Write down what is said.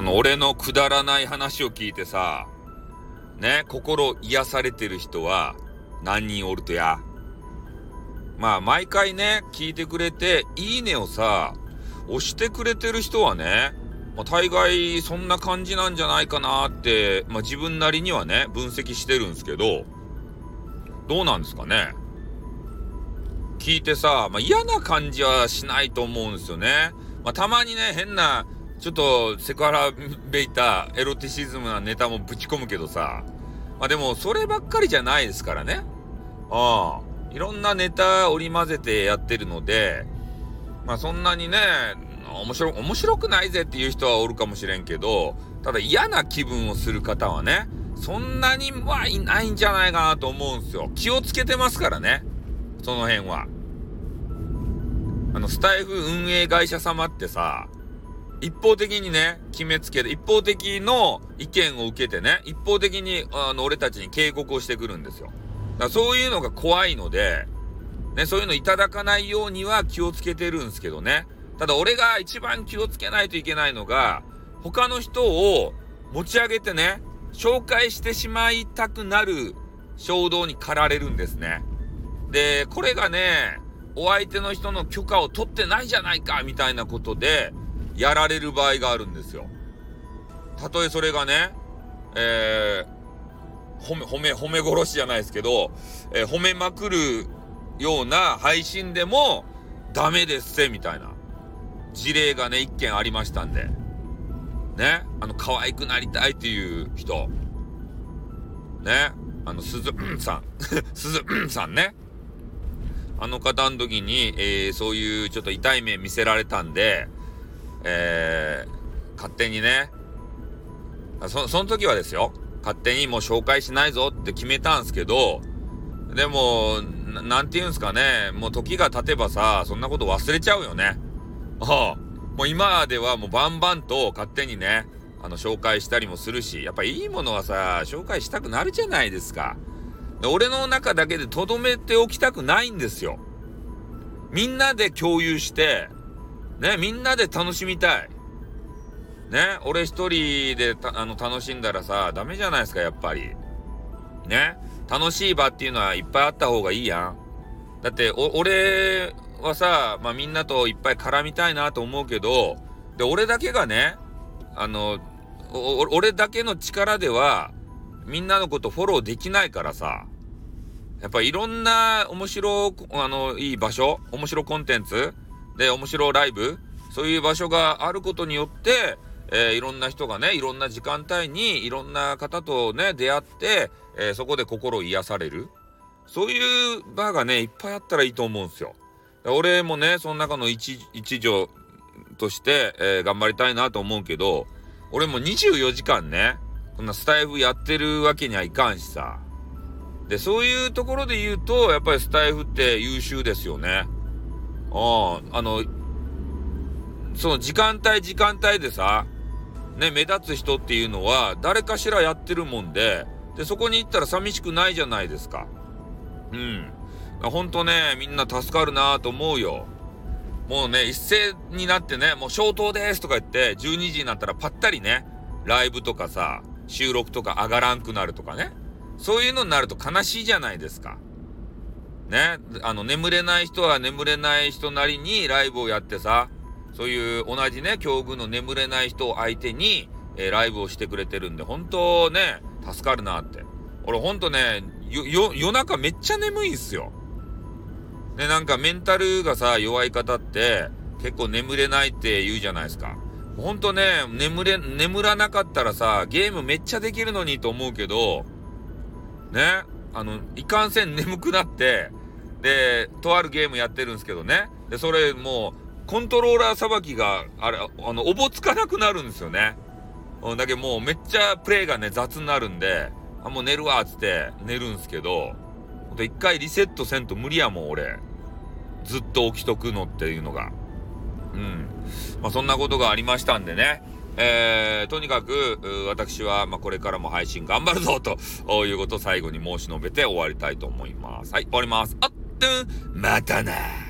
俺のくだらない話を聞いてさ、ね、心癒されてる人は何人おるとや。まあ、毎回ね、聞いてくれて、いいねをさ、押してくれてる人はね、大概そんな感じなんじゃないかなって、自分なりにはね、分析してるんですけど、どうなんですかね。聞いてさ、嫌な感じはしないと思うんですよね。たまにね、変な、ちょっとセクハラめいたエロティシズムなネタもぶち込むけどさ、でもそればっかりじゃないですからね。いろんなネタ織り交ぜてやってるので、そんなにね、面白くないぜっていう人はおるかもしれんけど、ただ嫌な気分をする方はね、そんなにいないんじゃないかなと思うんですよ。気をつけてますからね、その辺は。スタイフ運営会社様ってさ、一方的にね、決めつけて、一方的の意見を受けてね、一方的に俺たちに警告をしてくるんですよ。だからそういうのが怖いので、ね、そういうのいただかないようには気をつけてるんですけどね。ただ俺が一番気をつけないといけないのが、他の人を持ち上げてね、紹介してしまいたくなる衝動に駆られるんですね。で、これがね、お相手の人の許可を取ってないじゃないかみたいなことでやられる場合があるんですよ。たとえそれがね、褒め殺しじゃないですけど、褒めまくるような配信でもダメですせみたいな事例がね、一件ありましたんでね、可愛くなりたいっていう人ね、鈴さんね、あの方の時に、そういうちょっと痛い目見せられたんで、勝手にね、その時はですよ、勝手にもう紹介しないぞって決めたんですけど、でもなんて言うんですかね、もう時が経てばさ、そんなこと忘れちゃうよね。もう今ではもうバンバンと勝手にね、紹介したりもするし、やっぱいいものはさ、紹介したくなるじゃないですか。で、俺の中だけで留めておきたくないんですよ。みんなで共有してね、みんなで楽しみたいね。俺一人で楽しんだらさ、ダメじゃないですか、やっぱりね。楽しい場っていうのはいっぱいあった方がいいやん。だって俺はさ、みんなといっぱい絡みたいなと思うけど、で、俺だけがね、俺だけの力ではみんなのことフォローできないからさ、やっぱいろんないい場所、面白コンテンツで、面白ライブ、そういう場所があることによって、いろんな人がね、いろんな時間帯にいろんな方とね、出会って、そこで心を癒される、そういう場がね、いっぱいあったらいいと思うんですよ。俺もね、その中の一助として、頑張りたいなと思うけど、俺も24時間ね、こんなスタイフやってるわけにはいかんしさ。で、そういうところで言うと、やっぱりスタイフって優秀ですよね。その時間帯でさ、ね、目立つ人っていうのは誰かしらやってるもんで、そこに行ったら寂しくないじゃないですか。ほんとね、みんな助かるなと思うよ。もうね、一斉になってね、もう消灯ですとか言って12時になったらパッタリね、ライブとかさ、収録とか上がらんくなるとかね、そういうのになると悲しいじゃないですかね。眠れない人は眠れない人なりにライブをやってさ、そういう同じね、境遇の眠れない人を相手に、ライブをしてくれてるんで、本当ね、助かるなって。俺ほんとね、夜中めっちゃ眠いんすよ。で、なんかメンタルがさ、弱い方って結構眠れないって言うじゃないですか。ほんとね、眠らなかったらさ、ゲームめっちゃできるのにと思うけどね、いかんせん眠くなって、で、とあるゲームやってるんですけどね、で、それもうコントローラーさばきがおぼつかなくなるんですよね。だけどもうめっちゃプレイがね、雑になるんで、もう寝るわっつって寝るんすけど、一回リセットせんと無理やもん、俺。ずっと起きとくのっていうのが。そんなことがありましたんでね。とにかく、私は、これからも配信頑張るぞ、ということを最後に申し述べて終わりたいと思います。はい、終わります。またな。